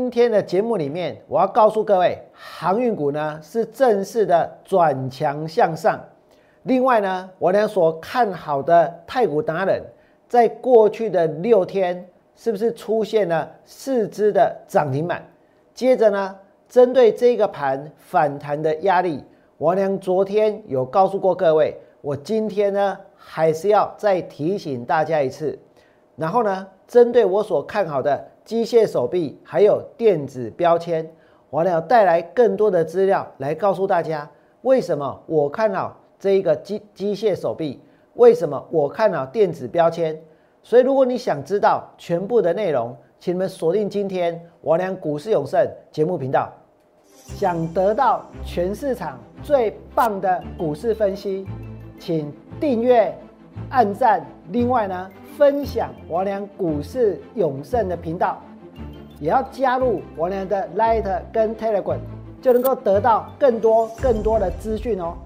今天的节目里面，我要告诉各位，航运股呢是正式的转强向上。另外呢，我俩所看好的太股达人，在过去的6天，是不是出现了4只的涨停板？接着呢，针对这个盘反弹的压力，我俩昨天有告诉过各位，我今天呢还是要再提醒大家一次。然后呢，针对我所看好的机械手臂还有电子标签，我俩带来更多的资料来告诉大家，为什么我看好这一个机械手臂，为什么我看好电子标签。所以如果你想知道全部的内容，请你们锁定今天我俩股市永胜节目频道。想得到全市场最棒的股市分析，请订阅、按赞，另外呢，分享我俩股市永胜的频道，也要加入我俩的 Line 跟 Telegram， 就能够得到更多的资讯哦。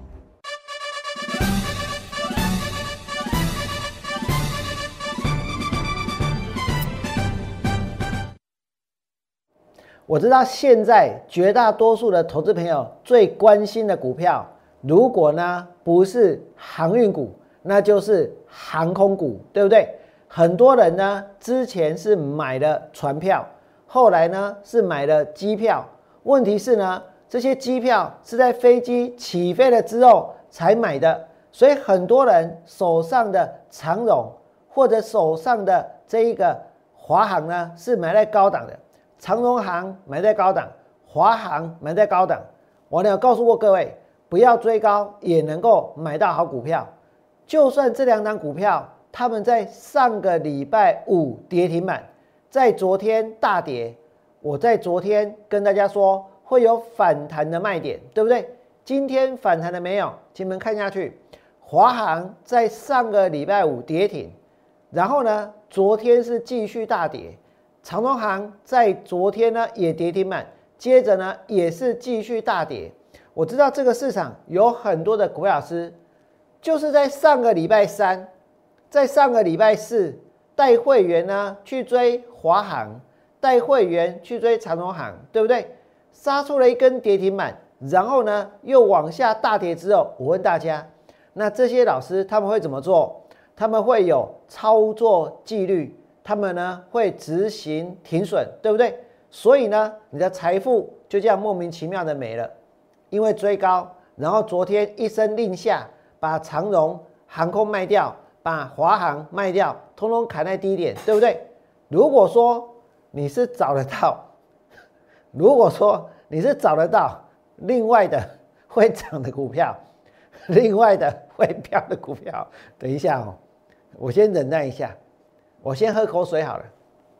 我知道现在绝大多数的投资朋友最关心的股票，如果呢不是航运股，那就是航空股，对不对？很多人呢之前是买了船票，后来呢是买了机票。问题是呢，这些机票是在飞机起飞了之后才买的，所以很多人手上的长荣或者手上的这一个华航呢是买在高档的。长荣航买在高档，华航买在高档。我有告诉过各位，不要追高也能够买到好股票。就算这2档股票，他们在上个礼拜五跌停板，在昨天大跌。我在昨天跟大家说会有反弹的卖点，对不对？今天反弹了没有？请你们看下去，华航在上个礼拜五跌停，然后呢，昨天是继续大跌。长荣航在昨天呢也跌停板，接着呢也是继续大跌。我知道这个市场有很多的股票老师，就是在上个礼拜3，在上个礼拜4，带会员呢去追华航，带会员去追长荣航，对不对？杀出了一根跌停板，然后呢又往下大跌之后，我问大家，那这些老师他们会怎么做？他们会有操作纪律。他们呢会执行停损，对不对？所以呢，你的财富就这样莫名其妙的没了，因为追高，然后昨天一声令下，把长荣航空卖掉，把华航卖掉，通通砍在低点，对不对？如果说你是找得到，如果说你是找得到另外的会涨的股票，另外的会飙的股票，等一下哦，我先忍耐一下。我先喝口水好了。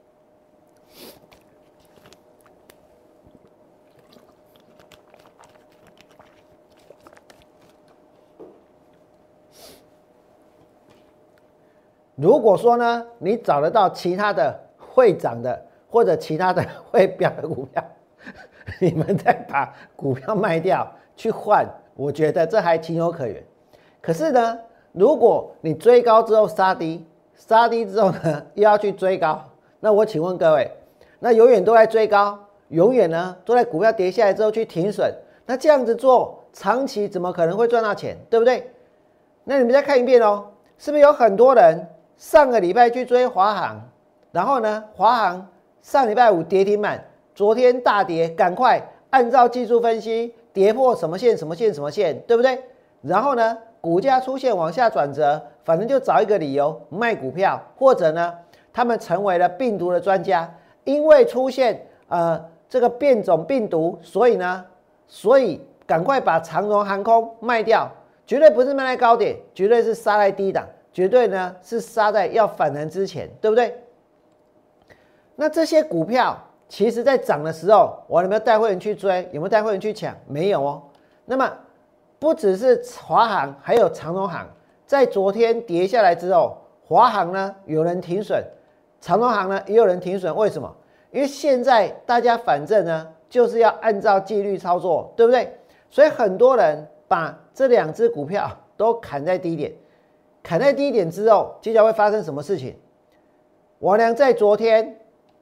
如果说呢，你找得到其他的会涨的，或者其他的会飙的股票，你们再把股票卖掉去换，我觉得这还情有可原。可是呢，如果你追高之后杀低，杀低之后呢，又要去追高，那我请问各位，那永远都在追高，永远呢都在股票跌下来之后去停损，那这样子做，长期怎么可能会赚到钱，对不对？那你们再看一遍哦，是不是有很多人上个礼拜去追华航，然后呢，华航上礼拜五跌停板，昨天大跌，赶快按照技术分析，跌破什么线什么线什么线，对不对？然后呢，股价出现往下转折，反正就找一个理由卖股票，或者呢，他们成为了病毒的专家，因为出现这个变种病毒，所以赶快把长荣航空卖掉，绝对不是卖在高点，绝对是杀在低档，绝对呢是杀在要反弹之前，对不对？那这些股票其实在涨的时候，我有没有带会员去追？有没有带会员去抢？没有哦。那么不只是华航，还有长荣航，在昨天跌下来之后，华航呢有人停损，长荣航呢也有人停损。为什么？因为现在大家反正呢就是要按照纪律操作，对不对？所以很多人把这2只股票都砍在低点，砍在低点之后，接下来会发生什么事情？我俩在昨天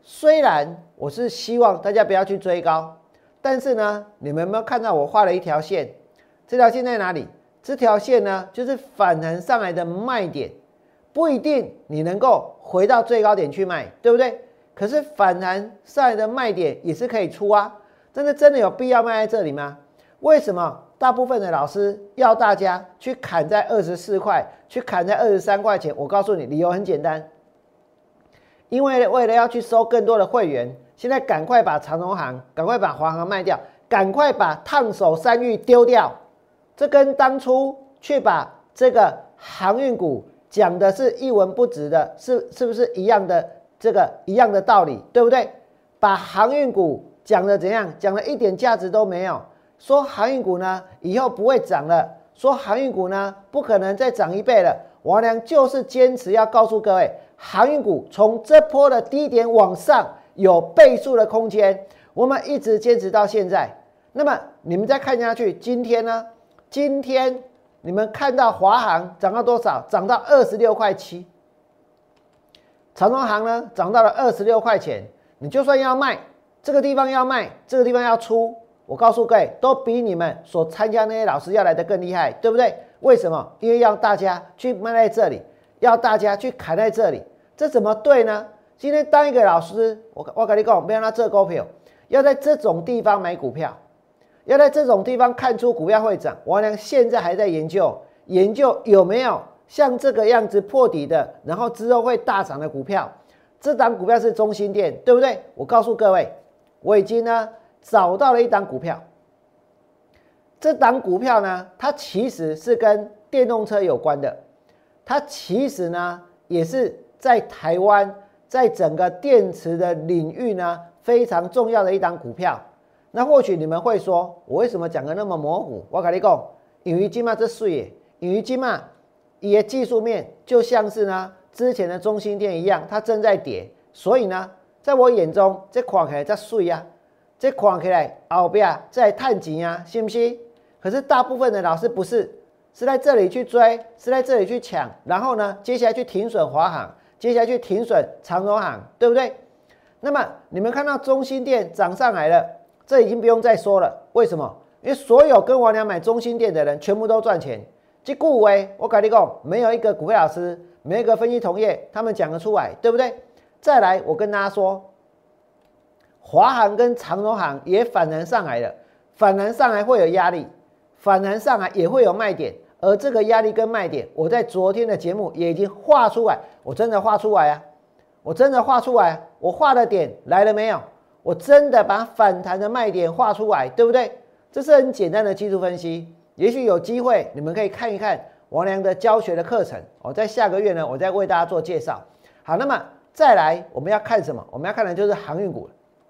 虽然我是希望大家不要去追高，但是呢，你们有没有看到我画了一条线？这条线在哪里？这条线呢，就是反弹上来的卖点，不一定你能够回到最高点去卖，对不对？可是反弹上来的卖点也是可以出啊。真的有必要卖在这里吗？为什么大部分的老师要大家去砍在24块，去砍在23块钱？我告诉你，理由很简单，因为为了要去收更多的会员，现在赶快把长荣航、赶快把华航卖掉，赶快把烫手山芋丢掉。这跟当初去把这个航运股讲的是一文不值的，是不是一样的一样的道理，对不对？把航运股讲的怎样？讲的一点价值都没有。说航运股呢以后不会涨了，说航运股呢不可能再涨1倍了。王良就是坚持要告诉各位，航运股从这波的低点往上有倍数的空间，我们一直坚持到现在。那么你们再看下去，今天呢？今天你们看到华航涨到多少？涨到26块7。长荣航呢涨到了26块钱。你就算要卖，这个地方要卖，这个地方要出，我告诉各位，都比你们所参加那些老师要来得更厉害，对不对？为什么？因为要大家去卖在这里，要大家去砍在这里，这怎么对呢？今天当一个老师，我跟你讲，不要让这股票，要在这种地方买股票，要在这种地方看出股票会涨。王良现在还在研究有没有像这个样子破底的，然后之后会大涨的股票。这档股票是中兴电，对不对？我告诉各位，我已经呢找到了一档股票。这档股票呢，它其实是跟电动车有关的，它其实呢也是在台湾，在整个电池的领域呢非常重要的一档股票。那或许你们会说，我为什么讲得那么模糊？我跟你讲，因为今嘛这水耶，因为今嘛也技术面就像是呢之前的中兴电一样，它正在跌，所以呢，在我眼中，这看起来才水啊，这看起来后边在探钱啊，信不信？可是大部分的老师不是，是在这里去追，是在这里去抢，然后呢，接下来去停损华航，接下来去停损长荣航，对不对？那么你们看到中兴电涨上来了，这已经不用再说了。为什么？因为所有跟王良买中兴电的人，全部都赚钱。这句话我跟你讲，没有一个股票老师，没有一个分析同业，他们讲得出来，对不对？再来，我跟大家说，华航跟长荣航也反弹上来了，反弹上来会有压力，反弹上来也会有卖点，而这个压力跟卖点，我在昨天的节目也已经画出来，我真的画出来啊，我真的画出来啊，我画的点来了没有？我真的把反弹的卖点画出来，对不对？这是很简单的技术分析。也许有机会，你们可以看一看王良的教学的课程。在下个月呢，我再为大家做介绍。好，那么再来，我们要看什么？我们要看的就是航运股。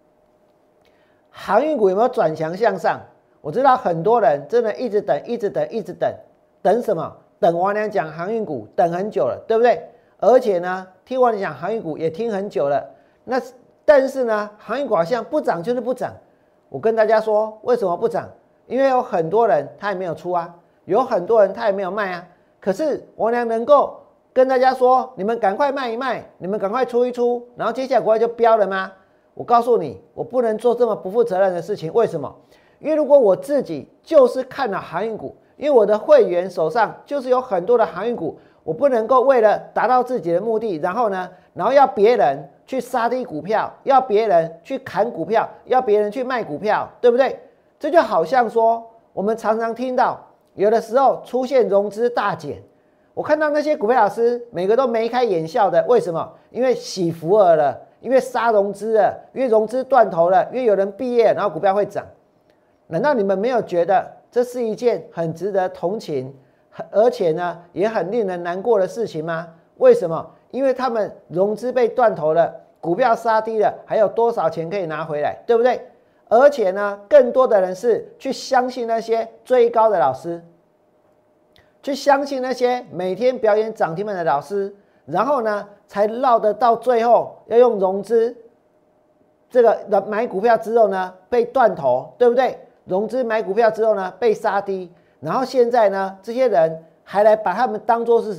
航运股有没有转强向上？我知道很多人真的一直等，等什么？等王良讲航运股，等很久了，对不对？而且呢，听王良讲航运股也听很久了。但是呢，航运股好像不涨就是不涨。我跟大家说，为什么不涨？因为有很多人他也没有出啊，有很多人他也没有卖啊。可是王良能够跟大家说，你们赶快卖一卖，你们赶快出一出，然后接下来股价就飙了吗？我告诉你，我不能做这么不负责任的事情。为什么？因为如果我自己就是看了航运股，因为我的会员手上就是有很多的航运股，我不能够为了达到自己的目的，然后要别人去杀低股票，要别人去砍股票，要别人去卖股票，对不对？这就好像说，我们常常听到有的时候出现融资大减，我看到那些股票老师每个都眉开眼笑的，为什么？因为洗福尔了，因为杀融资了，因为融资断头了，因为有人毕业，然后股票会涨。难道你们没有觉得这是一件很值得同情，而且呢也很令人难过的事情吗？为什么？因为他们融资被断头了，股票杀低了，还有多少钱可以拿回来，对不对？而且呢，更多的人是去相信那些追高的老师，去相信那些每天表演涨停板的老师，然后呢，才绕得到最后要用融资，这个买股票之后呢被断头，对不对？融资买股票之后呢被杀低，然后现在呢，这些人还来把他们当作是什么？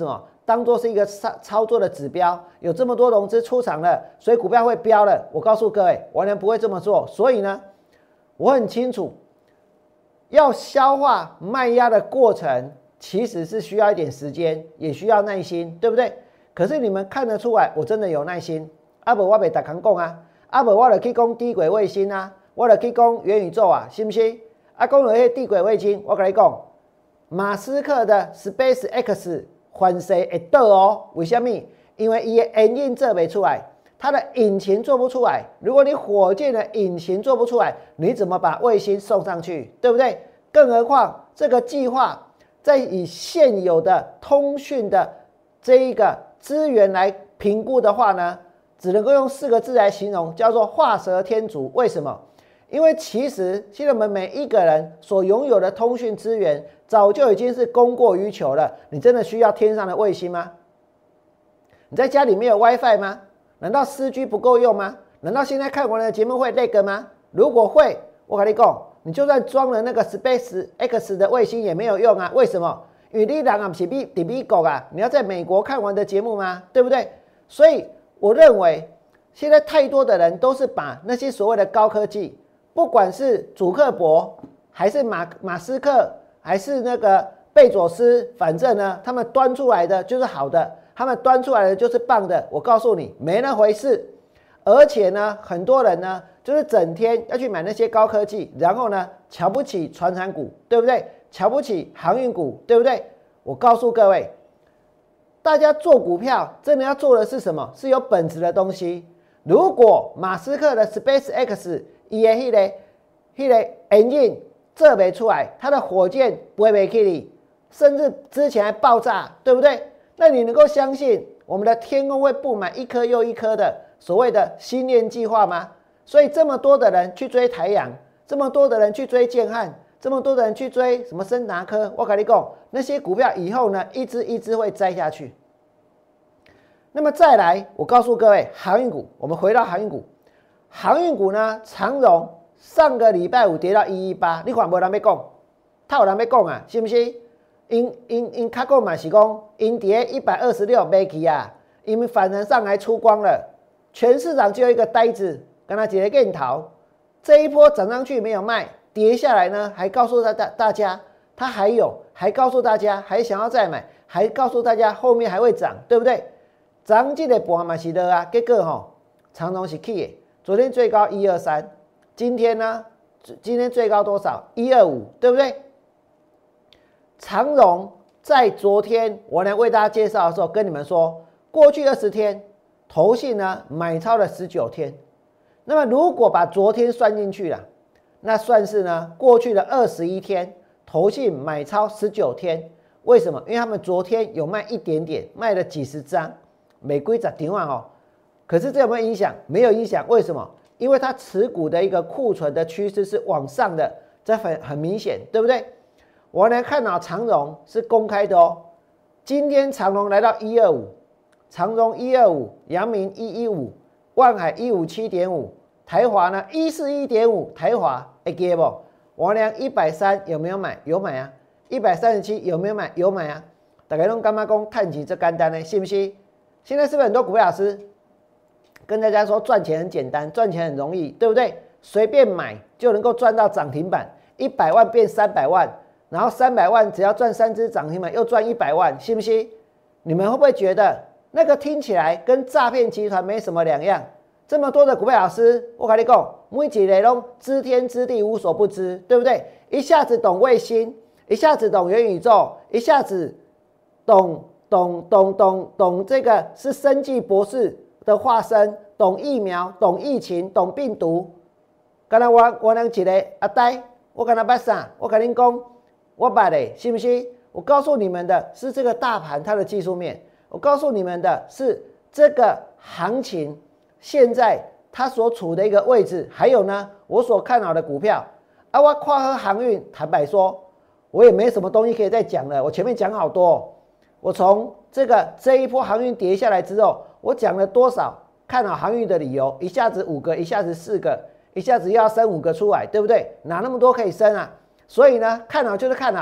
当做是一个操作的指标，有这么多融资出场了，所以股票会飙了。我告诉各位，完全不会这么做。所以呢，我很清楚，要消化卖压的过程，其实是需要一点时间，也需要耐心，对不对？可是你们看得出来，我真的有耐心。啊不，我袂逐空讲啊，啊不，我就去讲低轨卫星啊，我就去讲元宇宙啊，是不是？啊，讲到迄低轨卫星，我跟你讲，马斯克的 SpaceX 反射会倒哦。为什么？因为伊的引擎做不出来，它的引擎做不出来。如果你火箭的引擎做不出来，你怎么把卫星送上去？对不对？更何况这个计划在以现有的通讯的这一个资源来评估的话呢，只能够用4个字来形容，叫做画蛇添足。为什么？因为其实现在我们每一个人所拥有的通讯资源早就已经是供过于求了。你真的需要天上的卫星吗？你在家里没有 WiFi 吗？难道4G 不够用吗？难道现在看我的节目会 lag 吗？如果会，我跟你讲，你就算装了那个 SpaceX 的卫星也没有用啊。为什么？因为你人啊不是在美国啊，你要在美国看完的节目吗？对不对？所以我认为现在太多的人都是把那些所谓的高科技，不管是祖克伯还是马斯克还是那个贝佐斯，反正呢他们端出来的就是好的，他们端出来的就是棒的。我告诉你，没那回事。而且呢，很多人呢就是整天要去买那些高科技，然后呢瞧不起传产股，对不对？瞧不起航运股，对不对？我告诉各位，大家做股票真的要做的是什么？是有本质的东西。如果马斯克的 SpaceX 伊的那个engine做不出来，它的火箭不会起你，甚至之前还爆炸，对不对？那你能够相信我们的天空会布满一颗又一颗的所谓的星链计划吗？所以这么多的人去追台阳，这么多的人去追建汉，这么多的人去追什么森达科，我跟你讲，那些股票以后呢，一只一只会栽下去。那么再来，我告诉各位，航运股，我们回到航运股，航运股呢，长荣上个礼拜五跌到118，你看没人要讲，他有人要讲啊，是不是？因卡购嘛是讲，因跌126没去啊，因为反弹上来出光了，全市场只有一个呆子，跟他一个跟逃，这一波涨上去没有卖，跌下来呢，还告诉大家他还有，还告诉大家还想要再买，还告诉大家后面还会涨，对不对？涨这个盘嘛是的啊，结果吼，长荣是起的，昨天最高123，今天呢，今天最高多少？125，对不对？长荣在昨天我来为大家介绍的时候，跟你们说，过去20天，投信呢买超了19天，那么如果把昨天算进去了，那算是呢过去的21天，投信买超19天。为什么？因为他们昨天有卖一点点，卖了几十张，每几十张哦。可是这有没有影响？没有影响。为什么？因为它持股的一个库存的趋势是往上的，这很明显，对不对？我来看到长荣是公开的哦。今天长荣来到125，长荣125，阳明115，万海157.5，台华呢141.5，台华会记不？王良130有没有买？有买啊。137有没有买？有买啊。大家都干嘛讲探底这简单呢？信不信？现在是不是很多股票老师跟大家说赚钱很简单，赚钱很容易，对不对？随便买就能够赚到涨停板，100万变300万。然后300万只要赚3只涨停板，又赚100万，信不信？你们会不会觉得那个听起来跟诈骗集团没什么两样？这么多的股票老师，我跟你讲，每一个都知天知地无所不知，对不对？一下子懂卫星，一下子懂元宇宙，一下子懂这个是生技博士的化身，懂疫苗，懂疫情，懂病毒。刚才我两一个阿呆，我跟他捌啥？我跟你讲。我把的信不信？我告诉你们的是这个大盘它的技术面，我告诉你们的是这个行情现在它所处的一个位置，还有呢我所看好的股票。啊，我跨河航运，坦白说，我也没什么东西可以再讲了。我前面讲好多哦，我从这一波航运跌下来之后，我讲了多少看好航运的理由？一下子5个，一下子4个，一下子又要生5个出来，对不对？哪那么多可以生啊？所以呢，看好就是看好，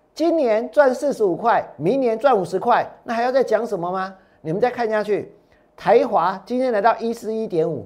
今年赚45块，明年赚50块，那还要再讲什么吗？你们再看下去，台华今天来到141.5，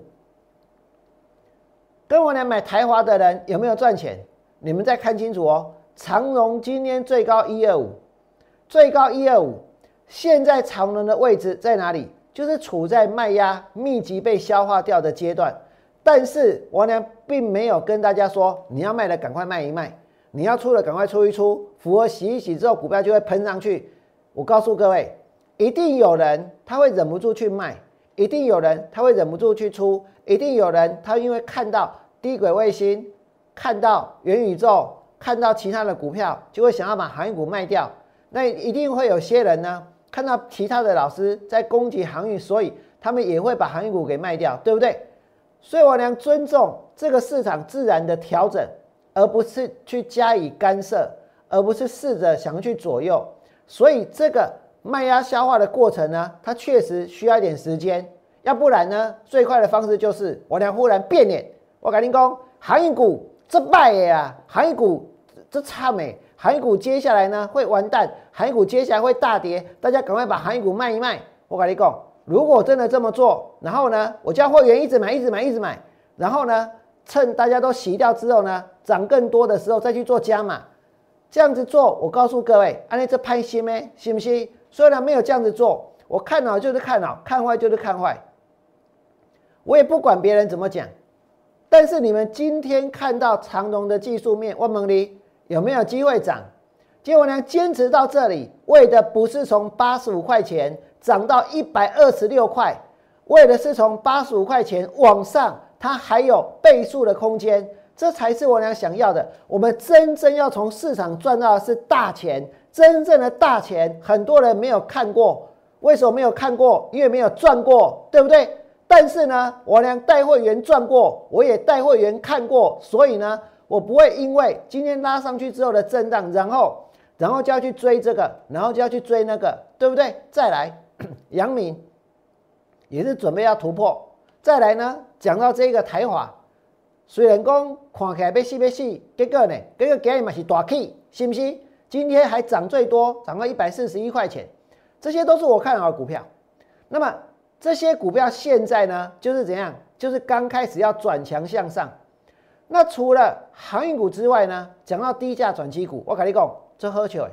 跟我来买台华的人有没有赚钱？你们再看清楚哦。长荣今天最高125，最高125，现在长荣的位置在哪里？就是处在卖压密集被消化掉的阶段。但是王良并没有跟大家说，你要卖的赶快卖一卖，你要出的赶快出一出，符合洗一洗之后，股票就会喷上去。我告诉各位，一定有人他会忍不住去卖，一定有人他会忍不住去出，一定有人他因为看到低轨卫星，看到元宇宙，看到其他的股票，就会想要把航运股卖掉。那一定会有些人呢，看到其他的老师在攻击航运，所以他们也会把航运股给卖掉，对不对？所以我良尊重这个市场自然的调整，而不是去加以干涉，而不是试着想要去左右。所以这个卖压消化的过程呢，它确实需要一点时间，要不然呢，最快的方式就是我俩忽然变脸。我跟你讲，航运股这败呀，航运股这差没，航运股接下来呢会完蛋，航运股接下来会大跌，大家赶快把航运股卖一卖。我跟你讲，如果真的这么做，然后呢，我叫会员一直买，一直买，一直买，然后呢，趁大家都洗掉之后呢，涨更多的时候再去做加码。这样子做，我告诉各位，安利这拍心咩？信不信？虽然没有这样子做，我看好就是看好，看坏就是看坏，我也不管别人怎么讲。但是你们今天看到长荣的技术面，问问你有没有机会涨？结果呢，坚持到这里，为的不是从85块钱涨到126块，为的是从85块钱往上，它还有倍数的空间。这才是我俩想要的。我们真正要从市场赚到的是大钱，真正的大钱，很多人没有看过。为什么没有看过？因为没有赚过，对不对？但是呢，我俩带会员赚过，我也带会员看过，所以呢，我不会因为今天拉上去之后的震荡，然后就要去追这个，然后就要去追那个，对不对？再来，阳明也是准备要突破。再来呢，讲到这个台华。虽然讲看起来要死，结果呢？结果今天也是大起，是不是？今天还涨最多，涨到141块钱，这些都是我看好的股票。那么这些股票现在呢，就是怎样？就是刚开始要转强向上。那除了航运股之外呢，讲到低价转机股，我跟你讲，这喝酒。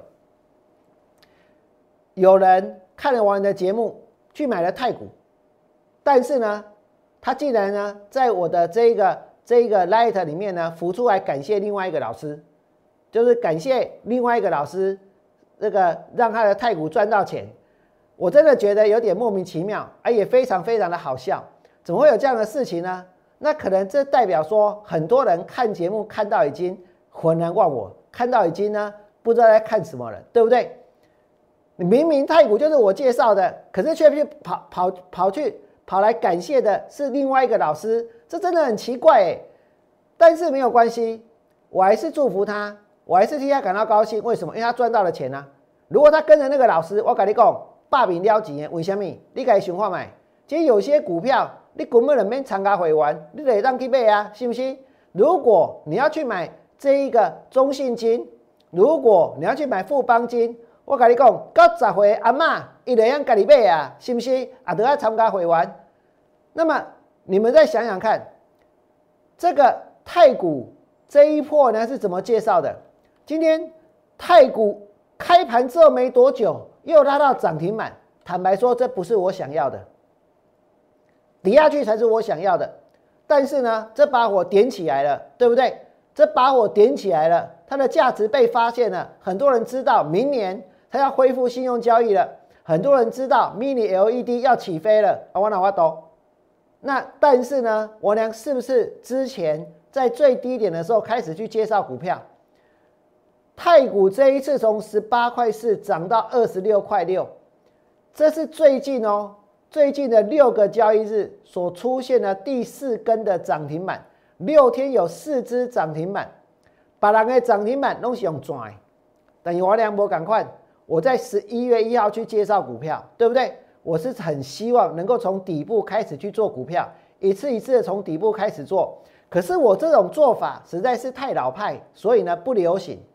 有人看了我的节目去买了太股，但是呢，他竟然呢，在我的这个 Light 里面呢，浮出来感谢另外一个老师，就是感谢另外一个老师，这个让他的太股赚到钱。我真的觉得有点莫名其妙，也非常非常的好笑。怎么会有这样的事情呢？那可能这代表说，很多人看节目看到已经浑然忘我，看到已经呢不知道在看什么了，对不对？你明明太股就是我介绍的，可是却跑来感谢的是另外一个老师。这真的很奇怪。但是没有关系，我还是祝福他，我还是替他感到高兴。为什么？因为他赚到了钱啊。如果他跟着那个老师，我跟你讲，霸屏了钱，为什么？你可以想看买。其实有些股票，你根本就免参加会员，你得让去买啊，是不是？如果你要去买这一个中信金，如果你要去买富邦金，我跟你讲，90岁阿嬷一定要自己买啊，是不是？都要参加会员。那么你们再想想看，这个太股这一波呢是怎么介绍的？今天太股开盘之后没多久，又拉到涨停板。坦白说，这不是我想要的，跌下去才是我想要的。但是呢，这把火点起来了，对不对？这把火点起来了，它的价值被发现了。很多人知道明年它要恢复信用交易了，很多人知道 Mini LED 要起飞了。我哪我懂？那但是呢，我俩是不是之前在最低点的时候开始去介绍股票？太股这一次从18块4涨到26块6，这是最近最近的6个交易日所出现的第4根的涨停板，6天有4只涨停板，别人的涨停板都是用赚的，但是我俩没赶快，我在11月1号去介绍股票，对不对？我是很希望能够从底部开始去做股票，一次一次的从底部开始做。可是我这种做法实在是太老派，所以呢不流行。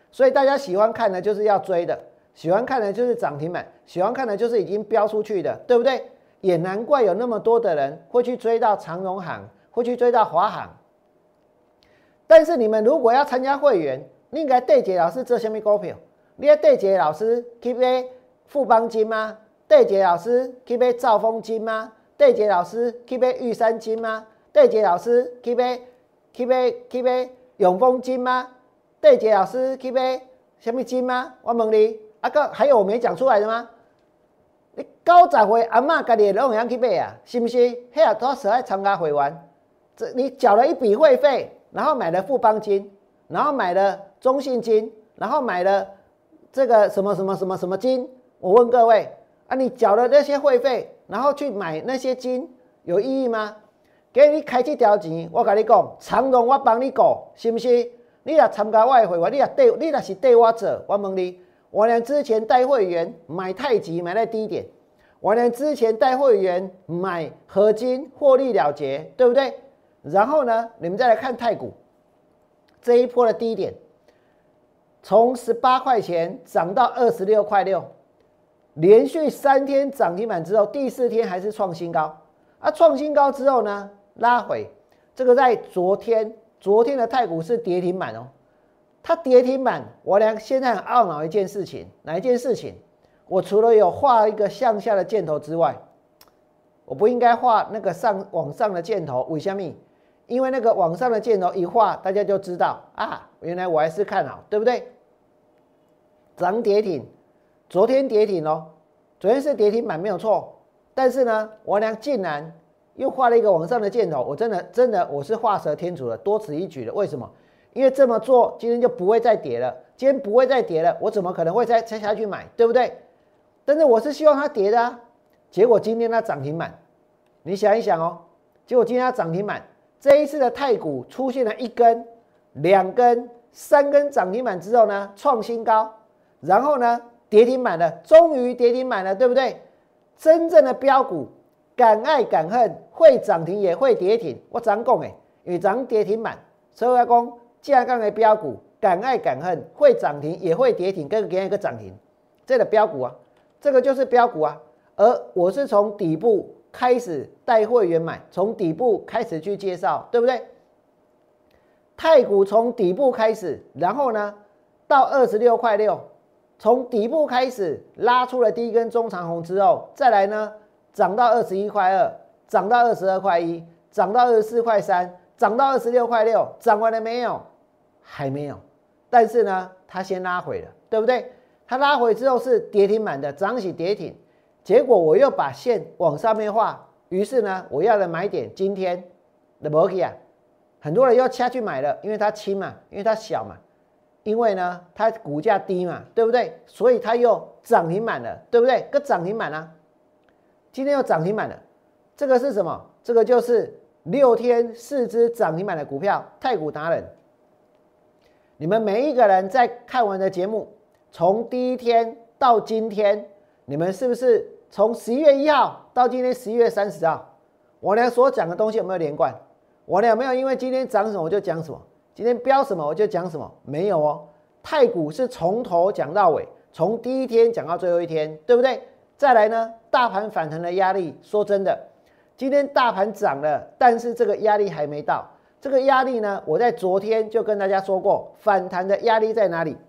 所以大家喜欢看的就是要追的，喜欢看的就是涨停板，喜欢看的就是已经飙出去的，对不对？也难怪有那么多的人会去追到长荣航，会去追到华航。但是你们如果要参加会员，你应该对一个老师做什么股票？你要对一个老师去买富邦金吗？对一个老师去买兆丰金吗？对一个老师去买玉山金吗？对一个老师去买永丰金吗？对一个老师去买什么金吗？我问你，还有我没讲出来的吗？你90岁阿嬷家己拢会去买啊，是不是？迄都是爱参加会员，你缴了一笔会费，然后买了富邦金，然后买了中信金，然后买了这个什么金。我问各位啊，你缴了那些会费，然后去买那些金，有意义吗？给你开这条钱，我跟你讲，长荣我帮你顾，是不是？你若参加我的会员，你若是对我做，我问你。我俩之前带会员买太极买在低点，我俩之前带会员买合金获利了结，对不对？然后呢，你们再来看太股这一波的低点，从18块钱涨到26块6，连续3天涨停板之后，第4天还是创新高啊！创新高之后呢，拉回，这个在昨天的太股是跌停板哦。它跌停板，我俩现在很懊恼一件事情，哪一件事情？我除了有画一个向下的箭头之外，我不应该画那个往上的箭头。为什么？因为那个往上的箭头一画，大家就知道啊，原来我还是看好，对不对？涨跌停，昨天跌停哦，昨天是跌停板没有错，但是呢，我俩竟然又画了一个往上的箭头，我真的我是画蛇添足了，多此一举了。为什么？因为这么做，今天就不会再跌了。今天不会再跌了，我怎么可能会再下去买，对不对？但是我是希望它跌的啊。结果今天它涨停板，你想一想哦。结果今天它涨停板，这一次的太股出现了1根、2根、3根涨停板之后呢，创新高，然后呢跌停板了，终于跌停板了，对不对？真正的标股，敢爱敢恨，会涨停也会跌停。我常讲诶，因为涨跌停板，所以我讲。架杠的标股，敢爱敢恨，会涨停也会跌停，跟给一个涨停，这个标股啊，这个就是标股啊。而我是从底部开始带会员买，从底部开始去介绍，对不对？太股从底部开始，然后呢到26块6，从底部开始拉出了第一根中长红之后，再来呢涨到21块2，涨到22块1，涨到24块3，涨到26块6，涨完了没有？还没有，但是呢，它先拉回了，对不对？它拉回之后是跌停板的，涨起跌停，结果我又把线往上面画，于是呢，我要的买点今天的没去啊，很多人又下去买了，因为它轻嘛，因为它小嘛，因为呢它股价低嘛，对不对？所以它又涨停板了，对不对？个涨停板啊，今天又涨停板了，这个是什么？这个就是6天4只涨停板的股票，太股达人。你们每一个人在看完的节目，从第1天到今天，你们是不是从11月1号到今天11月30号，我俩所讲的东西有没有连贯？我俩有没有因为今天涨什么我就讲什么，今天飙什么我就讲什么？没有哦，太股是从头讲到尾，从第1天讲到最后1天，对不对？再来呢，大盘反弹的压力，说真的，今天大盘涨了，但是这个压力还没到。这个压力呢，我在昨天就跟大家说过，反弹的压力在哪里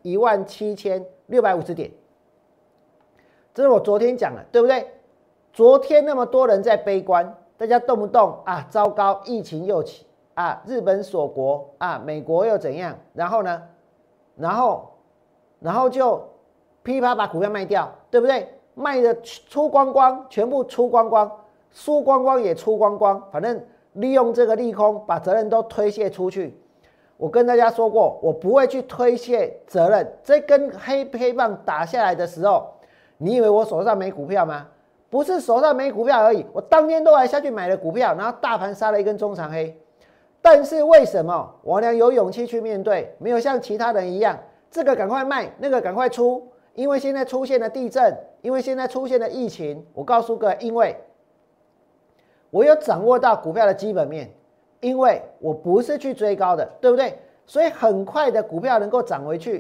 ？17650点，这是我昨天讲的，对不对？昨天那么多人在悲观，大家动不动啊，糟糕，疫情又起啊，日本锁国啊，美国又怎样？然后呢，然后就噼里啪啦把股票卖掉，对不对？卖的出光光，全部出光光，输光光也出光光，反正。利用这个利空，把责任都推卸出去。我跟大家说过，我不会去推卸责任。这根黑棒打下来的时候，你以为我手上没股票吗？不是手上没股票而已，我当天都还下去买了股票，然后大盘杀了一根中长黑。但是为什么我俩有勇气去面对？没有像其他人一样，这个赶快卖，那个赶快出。因为现在出现了地震，因为现在出现了疫情。我告诉各位，因为我有掌握到股票的基本面，因为我不是去追高的，对不对？所以很快的股票能够涨回去，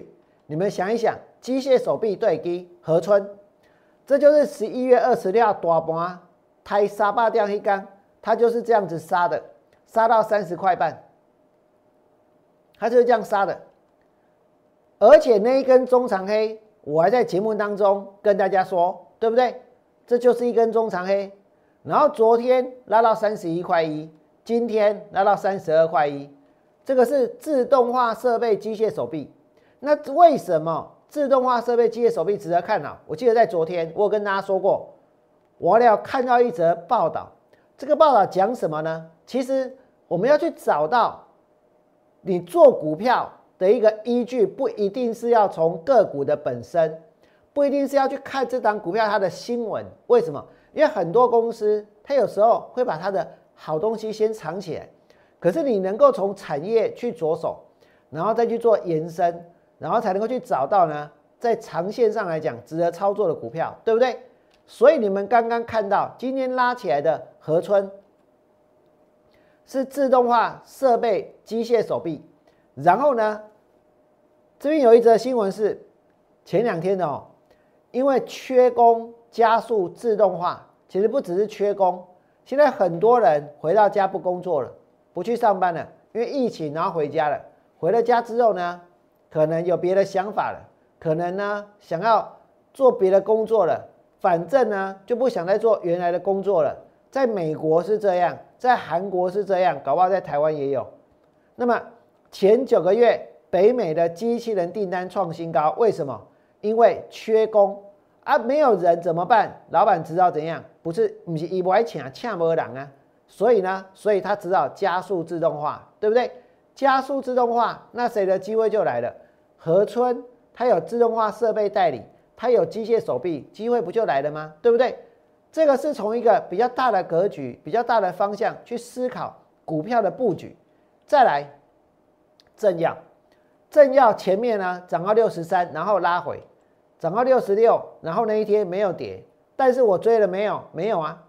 你们想一想，机械手臂对基合春，这就是11月26号大盘台300点那天，它就是这样子杀的，杀到30块半，它就是这样杀的。而且那一根中长黑，我还在节目当中跟大家说，对不对？这就是一根中长黑，然后昨天拉到31块1，今天拉到32块1，这个是自动化设备机械手臂。那为什么自动化设备机械手臂值得看好？我记得在昨天我有跟大家说过，我要看到一则报道，这个报道讲什么呢？其实我们要去找到你做股票的一个依据，不一定是要从个股的本身，不一定是要去看这档股票它的新闻。为什么？因为很多公司它有时候会把它的好东西先藏起来，可是你能够从产业去着手，然后再去做延伸，然后才能够去找到呢，在长线上来讲值得操作的股票，对不对？所以你们刚刚看到今天拉起来的和春是自动化设备机械手臂，然后呢，这边有一则新闻是前2天的哦，因为缺工加速自动化，其实不只是缺工，现在很多人回到家不工作了，不去上班了，因为疫情然后回家了，回了家之后呢，可能有别的想法了，可能呢想要做别的工作了，反正呢就不想再做原来的工作了。在美国是这样，在韩国是这样，搞不好在台湾也有。那么前9个月北美的机器人订单创新高，为什么？因为缺工啊，没有人怎么办？老板知道怎样？不是他不爱请没人啊，所以他只好加速自动化，对不对？加速自动化，那谁的机会就来了？和春它有自动化设备代理，它有机械手臂，机会不就来了吗？对不对？这个是从一个比较大的格局、比较大的方向去思考股票的布局。再来，正耀前面呢涨到63，然后拉回，涨到66，然后那一天没有跌，但是我追了没有？没有啊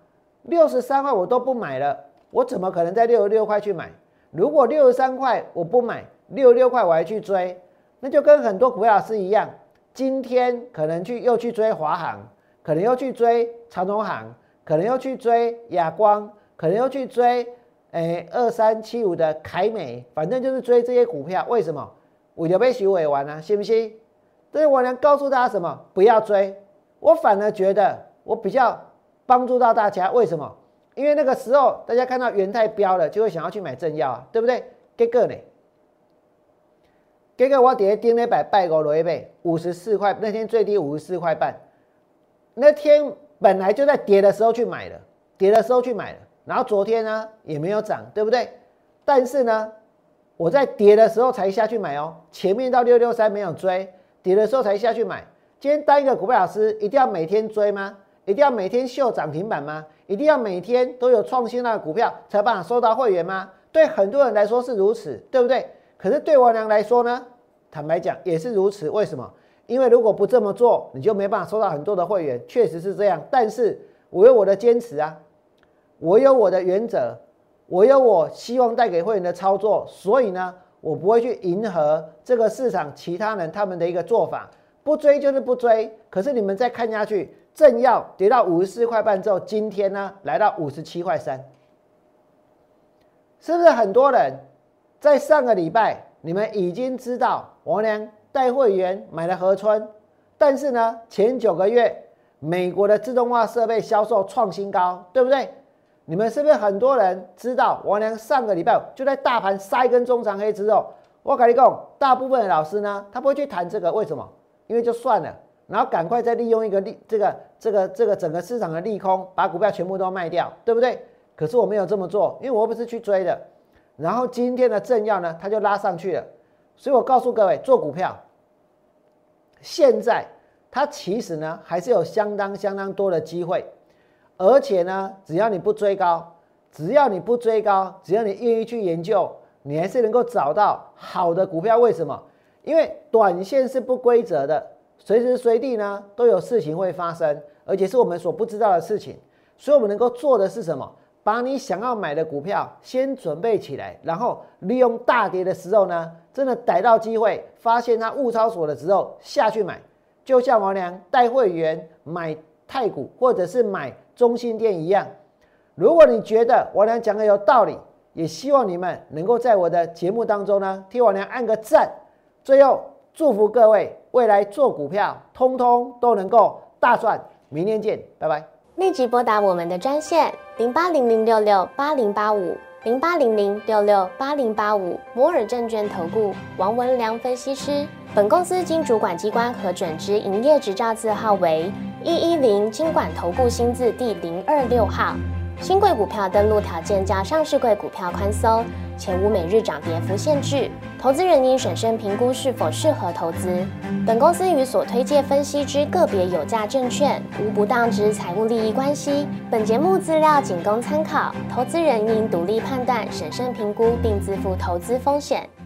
，63块我都不买了，我怎么可能在66块去买？如果63块我不买，66块我还去追，那就跟很多股票老师一样，今天可能又去追华航，可能又去追长荣航，可能又去追亚光，可能又去追2375的凯美，反正就是追这些股票。为什么？为了被修尾完啊，信不信？但是我能告诉大家什么？不要追。我反而觉得我比较帮助到大家。为什么？因为那个时候大家看到元泰飙了，就会想要去买正耀啊，对不对？结果呢？结果我在顶礼拜拜五落去买54块，那天最低54块半。那天本来就在跌的时候去买了，然后昨天呢也没有涨，对不对？但是呢，我在跌的时候才下去买哦，前面到663没有追，跌的时候才下去买。今天单一个股票老师一定要每天追吗？一定要每天秀涨停板吗？一定要每天都有创新的股票才办法收到会员吗？对很多人来说是如此，对不对？可是对我娘来说呢，坦白讲也是如此。为什么？因为如果不这么做，你就没办法收到很多的会员，确实是这样。但是我有我的坚持啊，我有我的原则，我有我希望带给会员的操作，所以呢，我不会去迎合这个市场其他人他们的一个做法，不追就是不追。可是你们再看下去，正要跌到54块半之后，今天呢来到57块3，是不是很多人在上个礼拜你们已经知道我娘带会员买了和春，但是呢前9个月美国的自动化设备销售创新高，对不对？你们是不是很多人知道我娘上个礼拜就在大盘杀一根中长黑之后，我跟你讲，大部分的老师呢他不会去谈这个，为什么？因为就算了，然后赶快再利用一个这个整个市场的利空，把股票全部都卖掉，对不对？可是我没有这么做，因为我不是去追的。然后今天的正耀呢，它就拉上去了。所以我告诉各位，做股票，现在它其实呢还是有相当多的机会，而且呢，只要你不追高，只要你愿意去研究，你还是能够找到好的股票。为什么？因为短线是不规则的，随时随地呢都有事情会发生，而且是我们所不知道的事情。所以我们能够做的是什么？ 把你想要买的股票先准备起来，然后利用大跌的时候呢，真的逮到机会，发现它物超所的时候下去买，就像王良带会员买太股或者是买中信电一样。如果你觉得王良讲的有道理，也希望你们能够在我的节目当中呢，替王良按个赞。最后祝福各位未来做股票，通都能够大赚。明天见，拜拜。 立即拨打我们的专线08006680850800668085摩尔证券投顾王文良分析师。本公司经主管机关核准之营业执照字号为110金管投顾新字第026号。新贵股票登录条件较上市贵股票宽松，且无每日涨跌幅限制。投资人应审慎评估是否适合投资。本公司与所推介分析之个别有价证券无不当之财务利益关系。本节目资料仅供参考，投资人应独立判断、审慎评估，并自负投资风险。